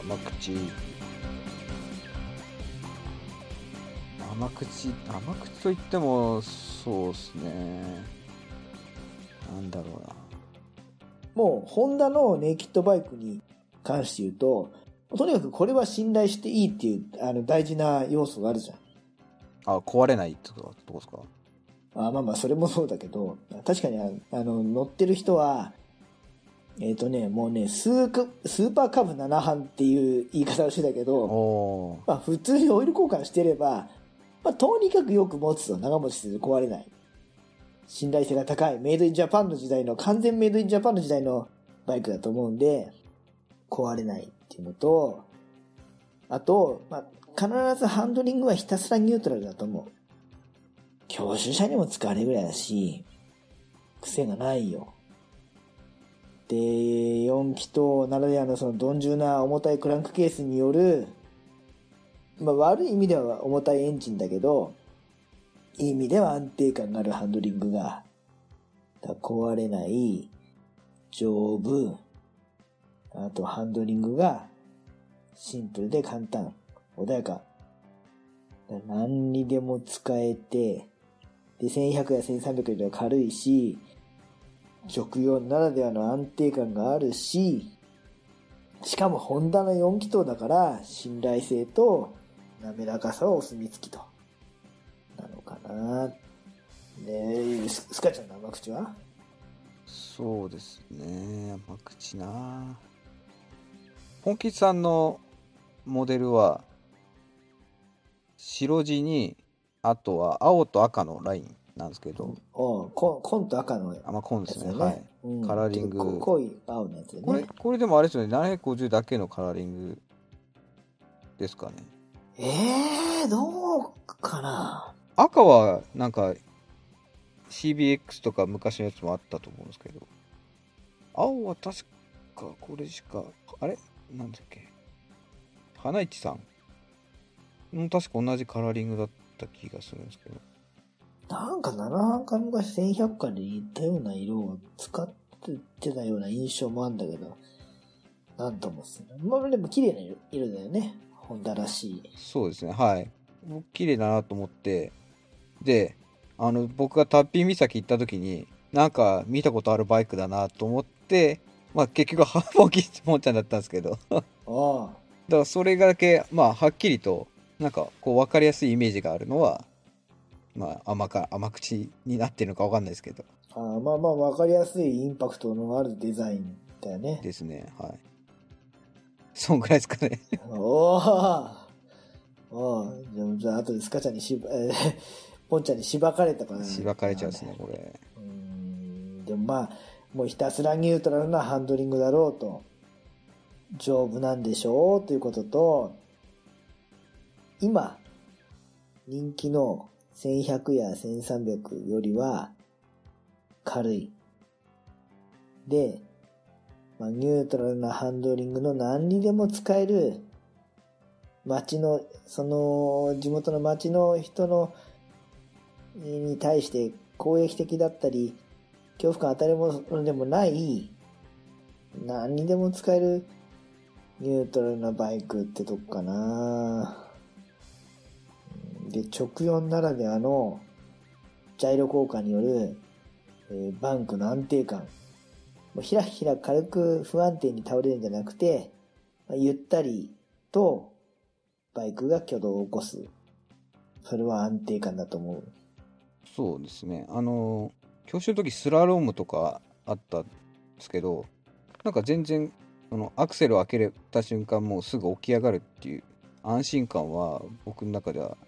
甘口といってもそうですね、なんだろうな、 もうホンダのネイキッドバイクに関して言うと、とにかくこれは信頼していいっていう大事な要素があるじゃん。 壊れないってとこですか。 まあそれもそうだけど、確かに乗ってる人はもうねスーパーカブ7班っていう言い方をしてたけど、普通にオイル交換してれば、とにかくよく持つと、長持ちせず壊れない、信頼性が高いメイドインジャパンの時代の、完全メイドインジャパンの時代のバイクだと思うんで、壊れないっていうのと、あと、必ずハンドリングはひたすらニュートラルだと思う。教習車にも使われるぐらいだし、癖がないよ。で、4気筒ならではのその鈍重な重たいクランクケースによる、悪い意味では重たいエンジンだけど、いい意味では安定感があるハンドリングが、壊れない、丈夫、あとハンドリングがシンプルで簡単、穏やか。何にでも使えて、で、1100や1300よりは軽いし、直用ならではの安定感があるし、しかもホンダの4気筒だから信頼性と滑らかさはお墨付きとなのかな。で、スカちゃんの甘口は？ そうですね、甘口な。本吉さんのモデルは白地に、あとは青と赤のラインなんですけど、 紺と赤のやつだね。 紺ですね、はい、カラーリング濃い青のやつでね。 これでもあれですよね、750だけのカラーリングですかね。 どうかな。 赤はなんか CBX とか昔のやつもあったと思うんですけど、青は確かこれしか、あれなんだっけ、花市さんも確か同じカラーリングだった気がするんですけど、 なんか7班か昔1100巻で似たような色を使ってたような印象もあるんだけど、なんともっすね。でも綺麗な色だよね。ホンダらしい。 そうですね、はい。綺麗だなと思って、で、僕がタッピー岬行った時に、なんか見たことあるバイクだなと思って、結局ポンちゃんだったんですけど、だからそれだけ、はっきりと、なんかこう分かりやすいイメージがあるのは、甘口になってるのか分かんないですけど。 分かりやすいインパクトのあるデザインだよね。 ですね、はい。そんぐらいですかね。 じゃあ後でスカちゃんにポンちゃんにしばかれたかな。 しばかれちゃうですね、これ。 でももうひたすらニュートラルなハンドリングだろうと、丈夫なんでしょうということと、今人気の1100や1300よりは軽いで、ニュートラルなハンドリングの何にでも使える、地元の町の人のに対して攻撃的だったり恐怖感与えるものでもない、何にでも使えるニュートラルなバイクってとこかな。で、直4ならではのジャイロ効果による、バンクの安定感、ひらひら軽く不安定に倒れるんじゃなくて、ゆったりとバイクが挙動を起こす、それは安定感だと思う。 そうですね、教習の時スラロームとかあったんですけど、なんか全然アクセルを開けた瞬間もうすぐ起き上がるっていう安心感は僕の中では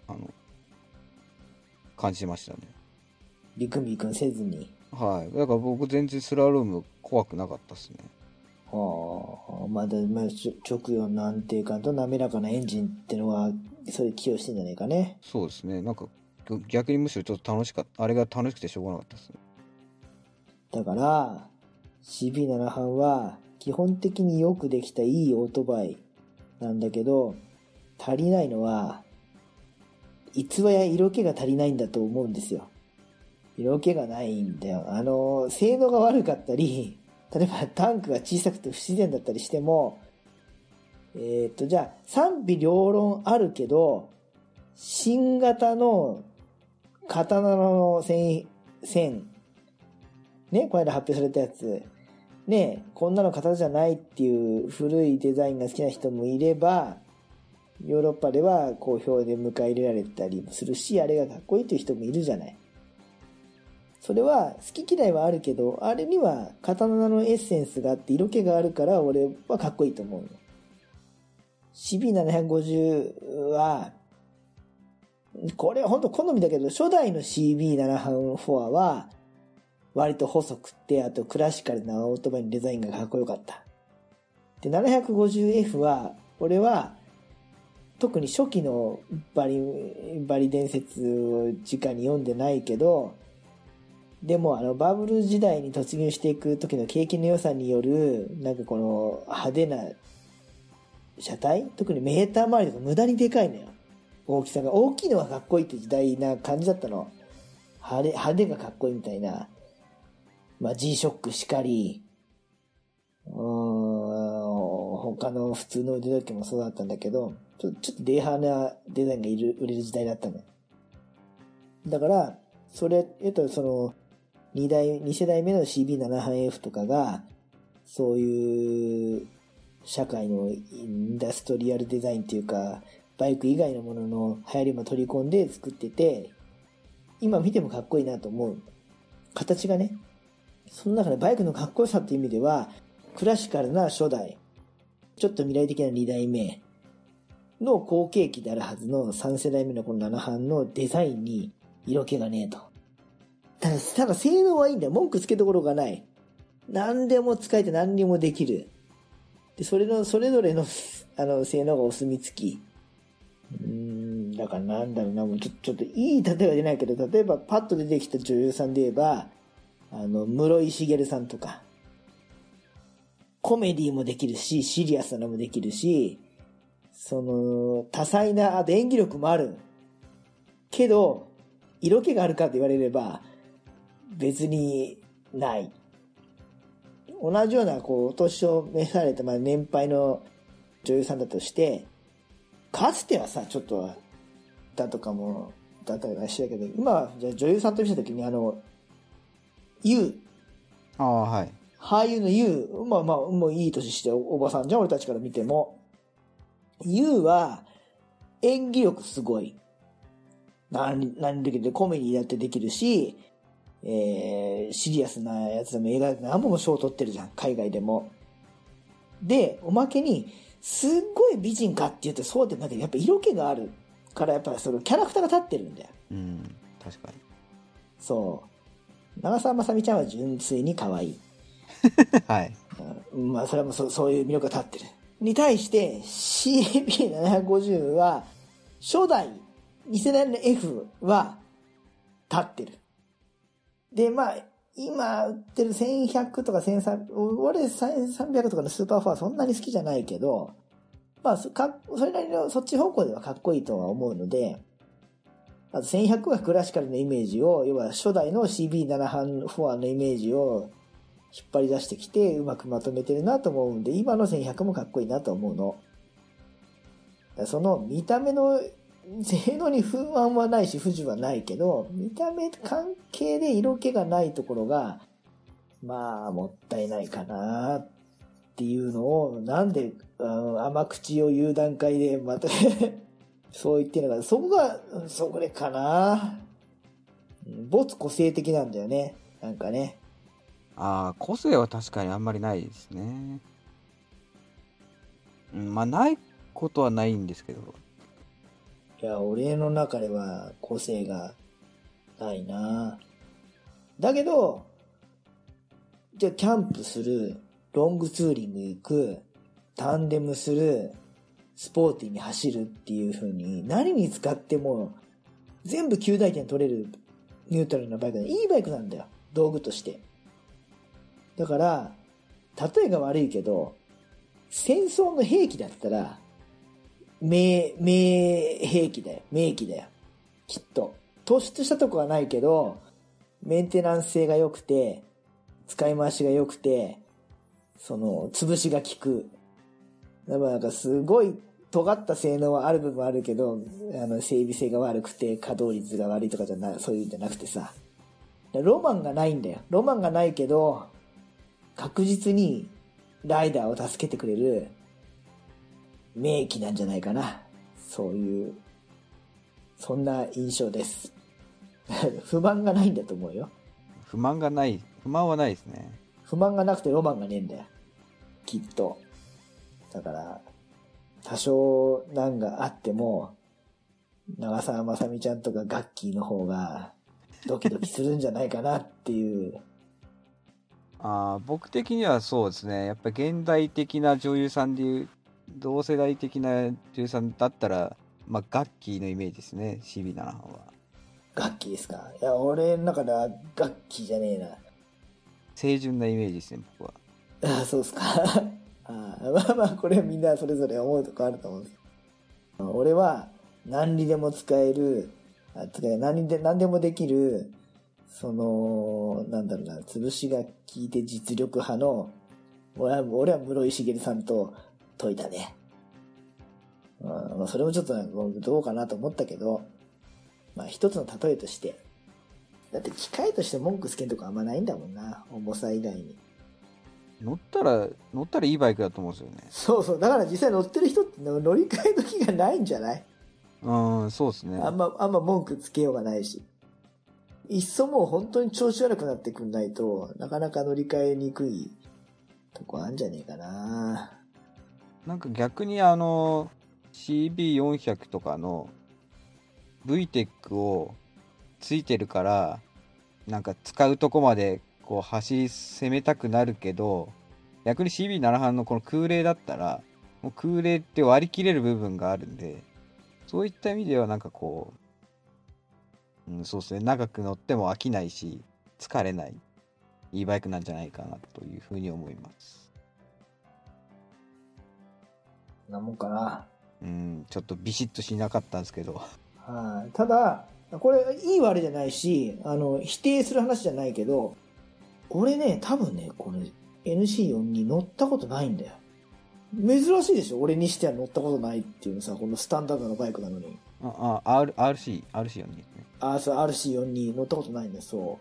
感じましたね。 ビクビクせずに。 はい。だから僕全然スラローム怖くなかったですね。 直4の安定感と滑らかなエンジンってのはそれ寄与してんじゃないかね。 そうですね。なんか逆にむしろちょっとあれが楽しくてしょうがなかったですね。 だから CB7 班は基本的によくできたいいオートバイなんだけど、足りないのは逸話や色気が足りないんだと思うんですよ。色気がないんだよ。性能が悪かったり、例えばタンクが小さくて不自然だったりしても、 じゃあ賛否両論あるけど、新型の刀の線、ね、この間発表されたやつ、ね、こんなの刀じゃないっていう古いデザインが好きな人もいれば、ヨーロッパでは好評で迎え入れられたりもするし、あれがかっこいいという人もいるじゃない。それは好き嫌いはあるけど、あれには刀のエッセンスがあって色気があるから俺はかっこいいと思うの。CB750 は、これは本当好みだけど、初代の CB7 半フォアは割と細くて、あとクラシカルなオートバイのデザインがかっこよかった。で、750F は、俺は特に初期のバリ伝説を直に読んでないけど、でもバブル時代に突入していく時の景気の良さによる、なんかこの派手な車体、特にメーター周りとか無駄にでかいのよ。大きさが。大きいのがかっこいいって時代な感じだったの。派手がかっこいいみたいな。まあ G-SHOCK しかり、他の普通の腕時計もそうだったんだけど、ちょっとデーハーなデザインが売れる時代だったの。だから、その2世代目の CB7 半 F とかが、そういう社会のインダストリアルデザインっていうか、バイク以外のものの流行りも取り込んで作ってて、今見てもかっこいいなと思う。形がね。その中でバイクのかっこよさっていう意味では、クラシカルな初代、ちょっと未来的な2代目の後継機であるはずの3世代目のこの7半のデザインに色気がねえと。ただ性能はいいんだよ。文句つけどころがない。何でも使えて何にもできる。で、それぞれの性能がお墨付き。だからなんだろうな、もうちょっといい例えが出ないけど、例えばパッと出てきた女優さんで言えば、室井茂さんとか、コメディもできるし、シリアスなのもできるし、多彩な、あと演技力もある。けど、色気があるかと言われれば、別にない。同じような、お年を召された、年配の女優さんだとして、かつてはさ、ちょっと、だったりしてたけど、今は、じゃあ女優さんと見たときに、ユウ。 はい。 俳優のユウ。もういい年しておばさんじゃん、俺たちから見ても。ユウは、演技力すごい。何できるコメディだってできるし、シリアスなやつでも映画で何本も賞を取ってるじゃん、海外でも。で、おまけに、すっごい美人かって言うとそうでもないけど、やっぱ色気があるから、やっぱキャラクターが立ってるんだよ。 確かに。 そう。長澤まさみちゃんは純粋に可愛い。 はい。 それはもうそういう魅力が立ってる。に対して CB750 は、初代、2世代の F は立ってる。で、今売ってる1100とか1300、俺1300とかのスーパーフォアそんなに好きじゃないけど、それなりのそっち方向ではかっこいいとは思うので、あと1100はクラシカルなイメージを、要は初代の CB7 半フォアのイメージを引っ張り出してきてうまくまとめてるなと思うんで、今の1100もかっこいいなと思うの。その見た目の性能に不安はないし不自由はないけど、見た目関係で色気がないところがもったいないかなっていうのを、なんで甘口を言う段階でまたそう言ってるのか、それかな。没個性的なんだよね、なんかね。 個性は確かにあんまりないですね。ないことはないんですけど。 いや、俺の中では個性がないな。だけど、じゃあキャンプする、ロングツーリング行く、タンデムする、スポーティーに走るっていう風に、何に使っても全部9大点取れるニュートラルなバイクで、いいバイクなんだよ、道具として。だから、例えが悪いけど、戦争の兵器だったら、名兵器だよ。名機だよ。きっと。突出したとこはないけど、メンテナンス性が良くて、使い回しが良くて、潰しが効く。 でもなんかすごい尖った性能はある部分あるけど、整備性が悪くて稼働率が悪いとかじゃない、そういうんじゃなくてさ、ロマンがないんだよ。ロマンがないけど、確実にライダーを助けてくれる名機なんじゃないかな。そういう、そんな印象です。不満がないんだと思うよ。 不満はないですね。 不満がなくてロマンがねえんだよ。きっと。だから、多少難があっても、長澤まさみちゃんとかガッキーの方がドキドキするんじゃないかなっていう。 僕的にはそうですね。やっぱ現代的な女優さんでいう、同世代的な女優さんだったら、まあ、ガッキーのイメージですね。CB7 班は。 ガッキーですか？いや、俺の中ではガッキーじゃねえな。 清純なイメージですね、僕は。 そうっすか。まあまあ、これはみんなそれぞれ思うとこあると思うんです。俺は何にでも使える、何でもできる、なんだろうな、潰しが効いて実力派の、俺は室井茂さんと解いたね。まあ、それもちょっとどうかなと思ったけど、まあ一つの例えとして。だって機械として文句つけんとこあんまないんだもんな、重さ以外に。 乗ったらいいバイクだと思うんですよね。 そうそう。だから実際乗ってる人って乗り換え時がないんじゃない？ そうですね。 あんま文句つけようがないし。いっそもう本当に調子悪くなってくんないと、なかなか乗り換えにくいとこあんじゃねえかな。 なんか逆にCB400 とかの VTEC をついてるから、なんか使うとこまでこう攻めたくなるけど、逆に CB7 班のこの空冷だったら、もう空冷って割り切れる部分があるんで、そういった意味ではなんかこう、そうですね、長く乗っても飽きないし、疲れない、いいバイクなんじゃないかなというふうに思います。 なもんかな。 ちょっとビシッとしなかったんですけど。 ただ、これいい悪いじゃないし、否定する話じゃないけど、俺ね、多分ね、これ NC4 に乗ったことないんだよ。珍しいでしょ？俺にしては乗ったことないっていうのさ、このスタンダードなバイクなのに。 RC4 にね。 そう、RC4 に乗ったことないんだよ、そう。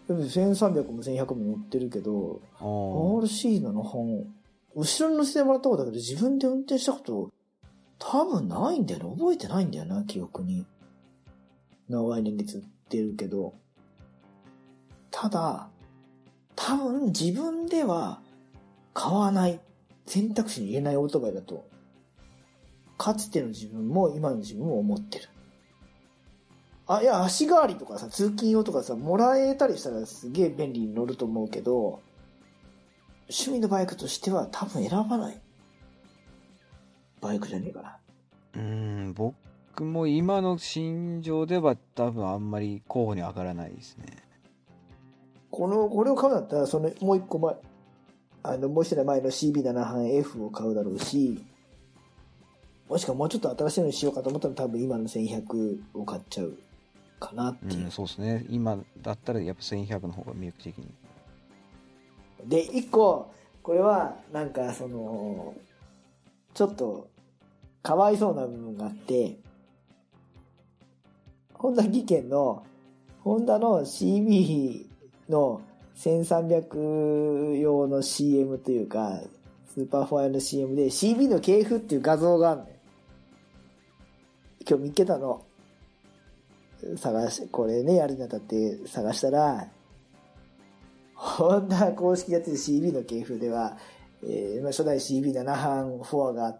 でも1300も1100も乗ってるけど、RC7 本、後ろに乗せてもらったことだけど、自分で運転したこと多分ないんだよね。覚えてないんだよな、記憶に。長い年月売ってるけど。ただ、多分自分では買わない選択肢に入れないオートバイだと、かつての自分も今の自分も思ってる。いや、足代わりとかさ、通勤用とかさ、もらえたりしたらすげえ便利に乗ると思うけど、趣味のバイクとしては多分選ばないバイクじゃねえかな。 僕も今の心情では多分あんまり候補に上がらないですね。 これを買うんだったら、もう一個前、もう一台前の CB7 班 F を買うだろうし、もしくはもうちょっと新しいのにしようかと思ったら多分今の1100を買っちゃうかなっていう。 そうですね。今だったらやっぱ1100の方が魅力的に。 で、一個、これはなんかちょっとかわいそうな部分があって、ホンダ技研の、ホンダの CB の1300用の CM というか、スーパーフォア用の CM で CB の系譜っていう画像があるのよ。今日見っけたの。これね、やるにあたって探したら、ホンダ公式でやってる CB の系譜では、初代 CB7 班フォアがあって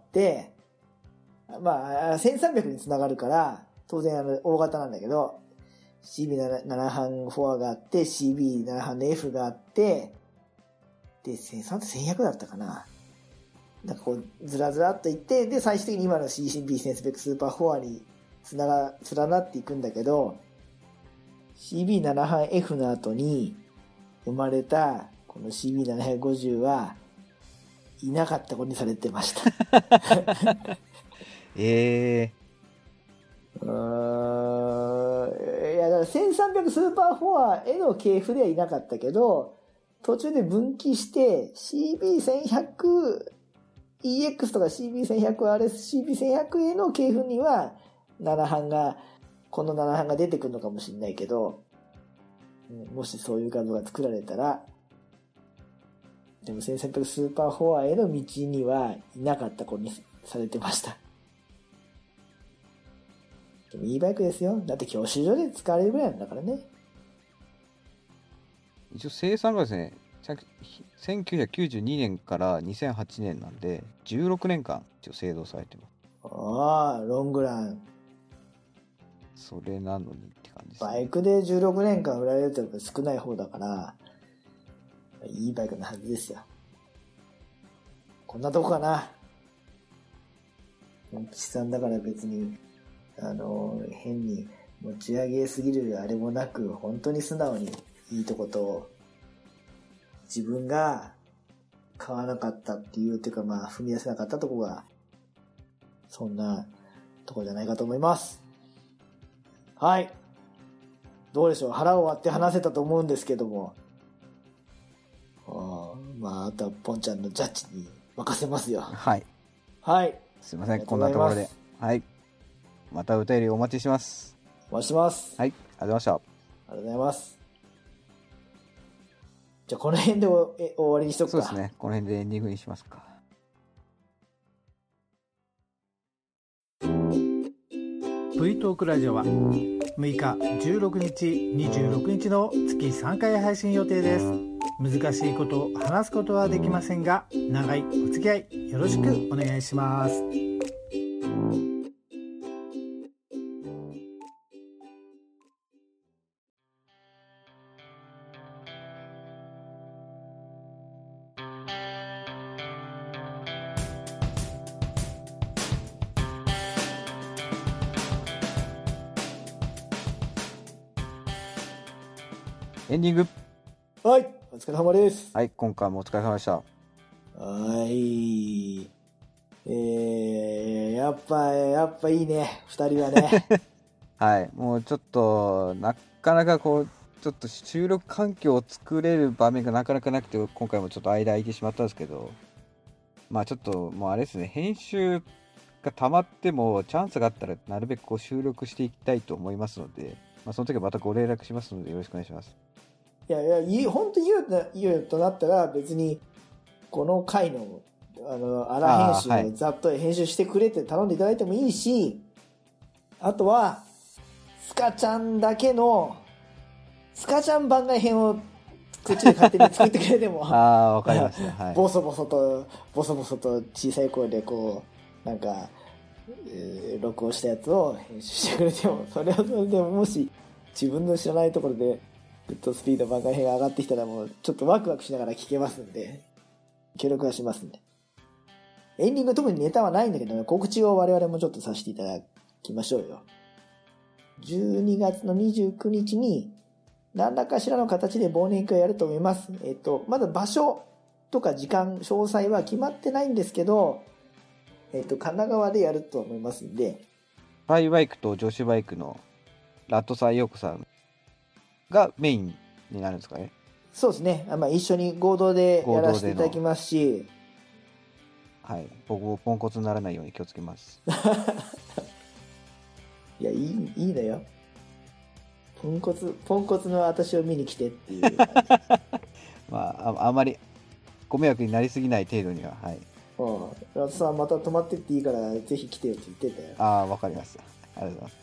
、1300につながるから、当然大型なんだけど、CB7 班フォアがあって、CB7 班の F があって、で、1100だったかな。なんかこう、ずらずらっといって、で、最終的に今の CB センスペックスーパーフォアに連なっていくんだけど、CB7 班 F の後に生まれた、この CB750 はいなかったことにされてました。いや、だから1300スーパーフォアへの系譜ではいなかったけど、途中で分岐して CB1100 EX とか CB1100RS、CB1100A の系譜には7班が、この7班が出てくるのかもしれないけど、もしそういう画像が作られたら、でも1300スーパーフォアへの道にはいなかった子にされてました。でもいいバイクですよ。だって教習所で使われるぐらいなんだからね。 一応生産がですね、1992年から2008年なんで、16年間一応製造されてます。 ああ、ロングラン。 それなのにって感じです、ね。 バイクで16年間売られると少ない方だから、いいバイクのはずですよ。こんなとこかな。モン吉さんだから別に、変に持ち上げすぎるあれもなく、本当に素直にいいとこと、自分が買わなかったっていうか、まあ踏み出せなかったとこが、そんなとこじゃないかと思います。はい。どうでしょう。腹を割って話せたと思うんですけども。まあ、あとはポンちゃんのジャッジに任せますよ。 はい。 はい。 すいません、こんなところで。はい。またお便りお待ちしてます。 お待ちしてます。 はい、ありがとうございました。 ありがとうございます。じゃあ、この辺で終わりにしとくか。 そうですね。この辺でエンディングにしますか。 V トークラジオは6日、16日、26日の月3回配信予定です。難しいことを話すことはできませんが、長いお付き合いよろしくお願いします。 エンディング。 はい、お疲れ様です。 はい、今回もお疲れ様でした。 はい。やっぱいいね、二人はね。 はい、もうちょっと、なかなかこう、ちょっと収録環境を作れる場面がなかなかなくて、今回もちょっと間空いてしまったんですけど、まあちょっと、もうあれですね、編集が溜まっても、チャンスがあったらなるべくこう収録していきたいと思いますので、まあ、その時はまたご連絡しますので、よろしくお願いします。 いや、本当に言うとなったら、別に、この回の、荒編集をざっと編集してくれって頼んでいただいてもいいし、あとは、スカちゃんだけの、スカちゃん番外編を、こっちで勝手に作ってくれても。 ああ、わかりました。はい。 ボソボソと小さい声でこう、なんか、録音したやつを編集してくれても、それでももし、自分の知らないところで、グッドスピード番外編が上がってきたらもう、ちょっとワクワクしながら聞けますんで、協力はしますんで。エンディング特にネタはないんだけどね、告知を我々もちょっとさせていただきましょうよ。12月の29日に、何らかしらの形で忘年会をやると思います。まだ場所とか時間、詳細は決まってないんですけど、神奈川でやると思いますんで。 ハイバイクと女子バイクのラットサーヨーコさんがメインになるんですかね。 そうですね。まあ、一緒に合同でやらせていただきますし。 はい。僕もポンコツにならないように気をつけます。 いや、いいのよ。ポンコツの私を見に来てっていう。 まあ、あまりご迷惑になりすぎない程度には、はい。 ラトさんまた泊まってっていいから、ぜひ来てよって言ってたよ。 ああ、わかりました。ありがとうございます。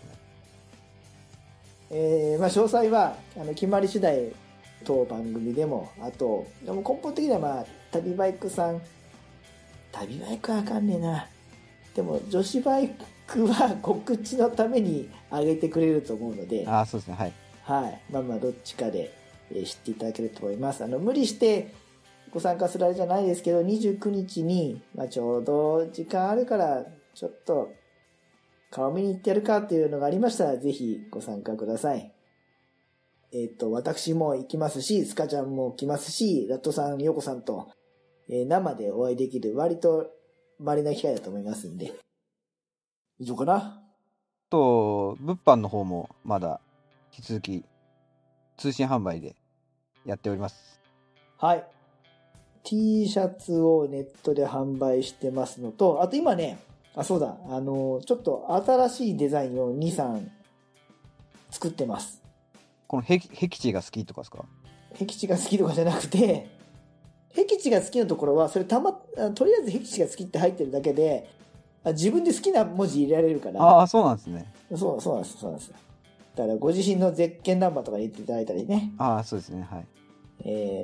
まあ、詳細は決まり次第当番組でも、あとでも根本的にはまあ旅バイクはあかんねえな。でも女子バイクは告知のために上げてくれると思うので、 ああ、そうですね。はい。 はい、まあどっちかで知っていただけると思います。無理してご参加するあれじゃないですけど、29日に、まあ、ちょうど時間あるからちょっと顔見に行ってやるかっていうのがありましたら、ぜひご参加ください。私も行きますし、スカちゃんも来ますし、ラットさん、ヨコさんと、生でお会いできる割と稀な機会だと思いますんで。以上かな。 物販の方もまだ引き続き通信販売でやっております。 はい。 T シャツをネットで販売してますのと、あと今ね、そうだ、ちょっと新しいデザインを2、3作ってます。 この僻地が好きとかですか？ 僻地が好きとかじゃなくて、僻地が好きなところは、それとりあえず僻地が好きって入ってるだけで、自分で好きな文字入れられるから。 ああ、そうなんですね。 そうなんです。だからご自身のゼッケンナンバーとか入れていただいたりね。 ああ、そうですね。はい。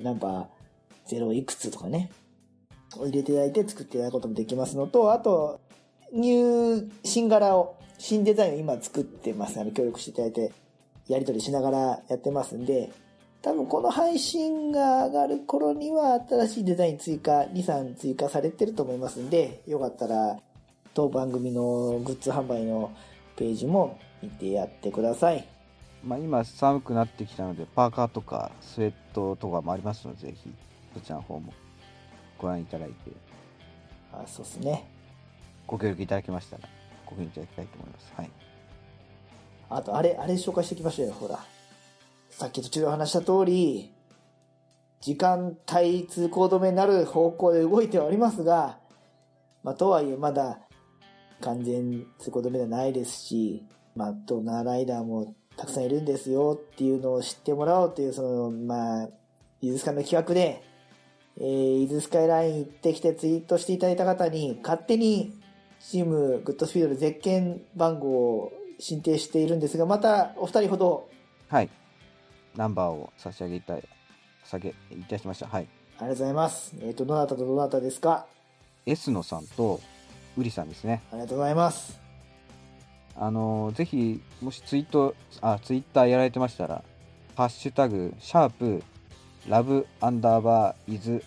ナンバー0いくつとかね。入れていただいて作っていただくこともできますのと、あと、新柄を、新デザインを今作ってます。協力していただいて、やり取りしながらやってますんで、多分この配信が上がる頃には新しいデザイン2、3追加されてると思いますんで、よかったら、当番組のグッズ販売のページも見てやってください。 まあ今寒くなってきたので、パーカーとかスウェットとかもありますので、ぜひ、そちらの方もご覧いただいて。 そうですね。 ご協力いただけましたら、ご協力いただきたいと思います。はい。 あと、あれ紹介してきましたよ、ほら。さっき途中で話した通り、時間帯通行止めになる方向で動いてはおりますが、とはいえまだ完全通行止めではないですし、ドナーライダーもたくさんいるんですよっていうのを知ってもらおうという、イズスカの企画で、イズスカイライン行ってきてツイートしていただいた方に、勝手にチームグッドスピードでゼッケン番号を申請しているんですが、またお二人ほど、 はい。ナンバーを差し上げいたしました。はい。 ありがとうございます。どなたとどなたですか ？S 野さんとウリさんですね。 ありがとうございます。 ぜひ、もしツイッターやられてましたら、ハッシュタグ、ラブ_イズ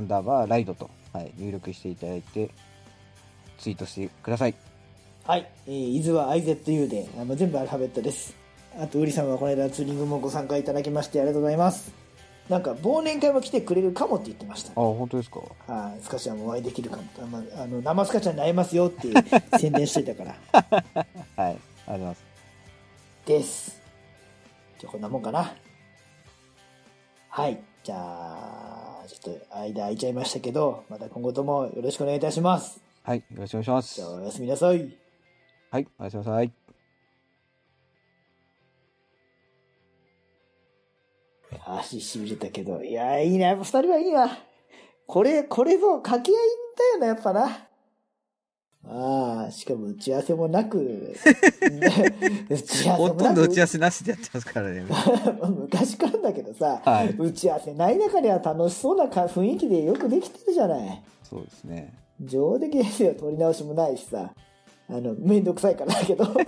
_ライドと、はい、入力していただいて、ツイートしてください。 はい。イズは IZU で、全部アルファベットです。あと、ウリさんはこの間ツーリングもご参加いただきましてありがとうございます。なんか忘年会も来てくれるかもって言ってました。 本当ですか？ はい、スカちゃんもお会いできるかも。生スカちゃんに会えますよって宣伝してたから。 はい、ありがとうございます。 です。じゃあこんなもんかな。はい、じゃあちょっと間空いちゃいましたけど、また今後ともよろしくお願いいたします。 はい、よろしくお願いします。 じゃあおやすみなさい。 はい、おやすみなさい。 足しびれたけど、いや、いいな、やっぱ二人はいいな。これぞ、掛け合いだよな、やっぱな。しかも打ち合わせもなく、 ほとんど打ち合わせなしでやってますからね。 昔からだけどさ、 はい、 打ち合わせない中では楽しそうな雰囲気でよくできてるじゃない。 そうですね。 上出来ですよ、取り直しもないしさ。めんどくさいからだけど。はい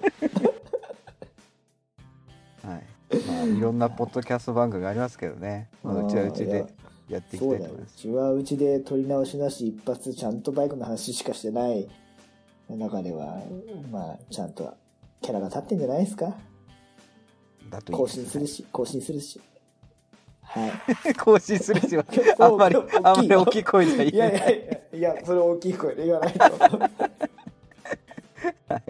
。いろんなポッドキャスト番組がありますけどね。うちはうちでやっていきたいと思います。 うちはうちで取り直しなし一発ちゃんとバイクの話しかしてない中では、ちゃんとキャラが立ってんじゃないですか。更新するし。はい。更新するしは、 あんまり大きい声では言えない。 いや、それ大きい声で言わないと。はい。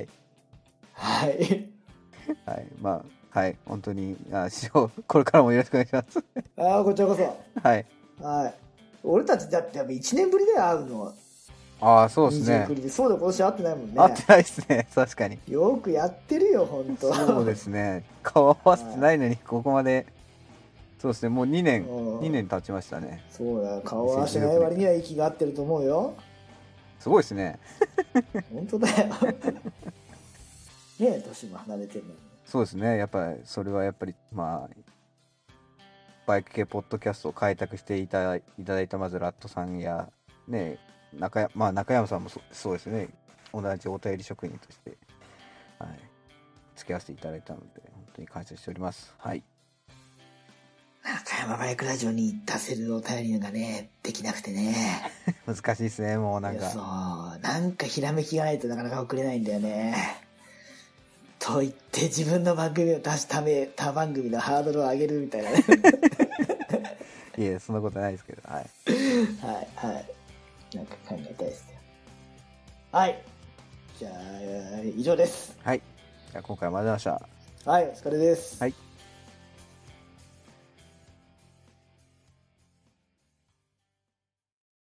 はい。 はい。はい。本当に、これからもよろしくお願いします。 こちらこそ。 はい。 はい。俺たちだって1年ぶりで会うの。 そうですね。 そうだ、今年会ってないもんね。 会ってないですね、確かに。 よくやってるよ、本当。 そうですね。顔合わせてないのに、ここまで。そうですね、もう2年経ちましたね。 そうだ、顔合わせない割には息が合ってると思うよ。 すごいですね。 本当だよ。ねえ、年も離れてるのに。 そうですね、やっぱり、それはやっぱり、バイク系ポッドキャストを開拓していただいたまずラットさんや、ね、中山さんもそうですね、同じお便り職人として、はい、付き合わせていただいたので、本当に感謝しております。はい。 中山バイクラジオに出せるお便りがね、できなくてね。 難しいですね、もうなんか。 そう、なんかひらめきがないとなかなか送れないんだよね。と言って自分の番組を出すため他番組のハードルを上げるみたいなね。 いや、そんなことないですけど、はい。 なんか考えたいですよ。はい。じゃあ、以上です。 はい。じゃあ今回もありがとうございました。 はい、お疲れです。 はい。